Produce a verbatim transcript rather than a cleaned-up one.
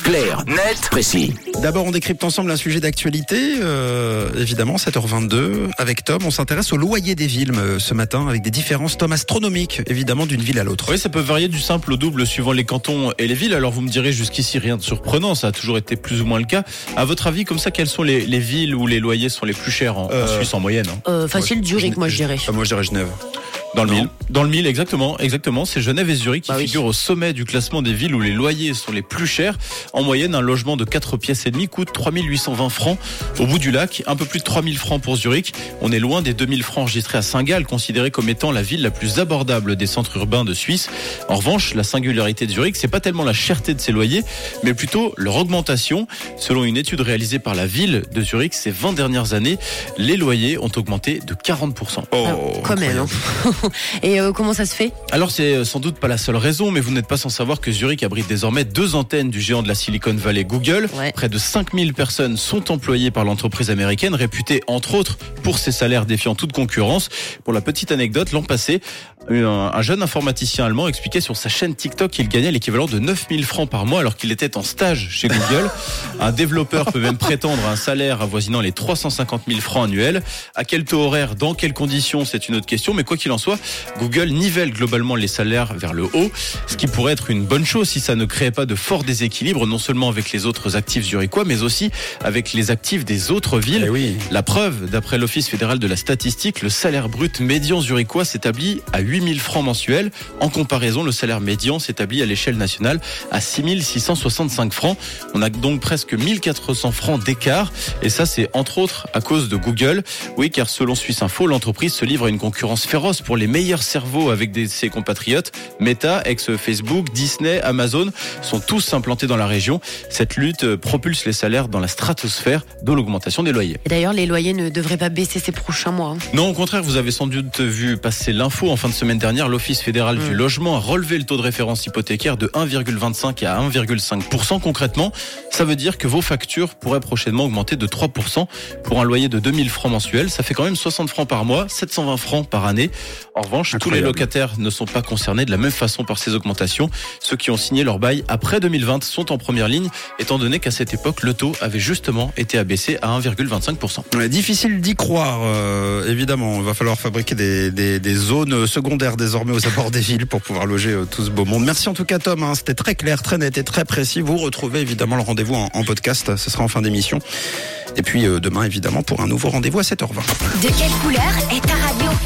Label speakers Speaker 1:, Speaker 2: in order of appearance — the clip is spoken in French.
Speaker 1: Clair, net, précis.
Speaker 2: D'abord, on décrypte ensemble un sujet d'actualité, euh, évidemment, sept heures vingt-deux. Avec Tom, on s'intéresse au loyer des villes euh, ce matin, avec des différences, Tom, astronomiques, évidemment, d'une ville à l'autre.
Speaker 3: Oui, ça peut varier du simple au double suivant les cantons et les villes. Alors vous me direz, jusqu'ici, rien de surprenant, ça a toujours été plus ou moins le cas. À votre avis, comme ça, quelles sont les, les villes où les loyers sont les plus chers en,
Speaker 2: Euh,
Speaker 3: en Suisse en moyenne hein
Speaker 4: Euh, facile, Zurich, moi je dirais.
Speaker 2: Ah, moi, je dirais Genève.
Speaker 3: Dans le
Speaker 2: Non.
Speaker 3: mille. Dans le mille, exactement, exactement. C'est Genève et Zurich qui
Speaker 4: Bah oui.
Speaker 3: figurent au sommet du classement des villes où les loyers sont les plus chers. En moyenne, un logement de quatre pièces et demie coûte trois mille huit cent vingt francs au bout du lac. Un peu plus de trois mille francs pour Zurich. On est loin des deux mille francs enregistrés à Saint-Gall, considérée comme étant la ville la plus abordable des centres urbains de Suisse. En revanche, la singularité de Zurich, c'est pas tellement la cherté de ses loyers, mais plutôt leur augmentation. Selon une étude réalisée par la ville de Zurich, ces vingt dernières années, les loyers ont augmenté de quarante pour cent.
Speaker 2: Oh,
Speaker 4: Ah, quand même. Hein. Et euh, comment ça se fait?
Speaker 3: Alors c'est sans doute pas la seule raison, mais vous n'êtes pas sans savoir que Zurich abrite désormais deux antennes du géant de la Silicon Valley, Google.
Speaker 4: Ouais.
Speaker 3: Près de cinq mille personnes sont employées par l'entreprise américaine, réputée entre autres pour ses salaires défiant toute concurrence. Pour la petite anecdote, l'an passé, un, un jeune informaticien allemand expliquait sur sa chaîne TikTok qu'il gagnait l'équivalent de neuf mille francs par mois alors qu'il était en stage chez Google. Un développeur peut même prétendre à un salaire avoisinant les trois cent cinquante mille francs annuels. À quel taux horaire, dans quelles conditions, c'est une autre question, mais quoi qu'il en soit, Google nivelle globalement les salaires vers le haut, ce qui pourrait être une bonne chose si ça ne créait pas de fort déséquilibre, non seulement avec les autres actifs zurichois, mais aussi avec les actifs des autres villes.
Speaker 2: Eh oui.
Speaker 3: La preuve, d'après l'Office fédéral de la statistique, le salaire brut médian zurichois s'établit à huit mille francs mensuels. En comparaison, le salaire médian s'établit à l'échelle nationale à six mille six cent soixante-cinq francs. On a donc presque mille quatre cents francs d'écart, et ça c'est entre autres à cause de Google. Oui, car selon Suisse Info, l'entreprise se livre à une concurrence féroce pour les meilleurs cerveaux avec des, ses compatriotes. Meta, ex-Facebook, Disney, Amazon sont tous implantés dans la région. Cette lutte propulse les salaires dans la stratosphère, d'où l'augmentation des loyers.
Speaker 4: Et d'ailleurs, les loyers ne devraient pas baisser ces prochains mois. Hein.
Speaker 3: Non, au contraire, vous avez sans doute vu passer l'info en fin de semaine dernière. L'Office fédéral
Speaker 4: mmh.
Speaker 3: du logement a relevé le taux de référence hypothécaire de un virgule vingt-cinq à un virgule cinq pour cent. Concrètement, ça veut dire que vos factures pourraient prochainement augmenter de trois pour cent pour un loyer de deux mille francs mensuels. Ça fait quand même soixante francs par mois, sept cent vingt francs par année. En revanche,
Speaker 2: Incroyable.
Speaker 3: tous les locataires ne sont pas concernés de la même façon par ces augmentations. Ceux qui ont signé leur bail après deux mille vingt sont en première ligne, étant donné qu'à cette époque, le taux avait justement été abaissé à un virgule vingt-cinq pour cent.
Speaker 2: Ouais, difficile d'y croire, euh, évidemment. Il va falloir fabriquer des, des, des zones secondaires désormais aux abords des villes pour pouvoir loger euh, tout ce beau monde. Merci en tout cas, Tom. Hein, c'était très clair, très net et très précis. Vous retrouvez évidemment le rendez-vous en, en podcast. Ce sera en fin d'émission. Et puis euh, demain, évidemment, pour un nouveau rendez-vous à sept heures vingt.
Speaker 5: De quelle couleur est ta radio ?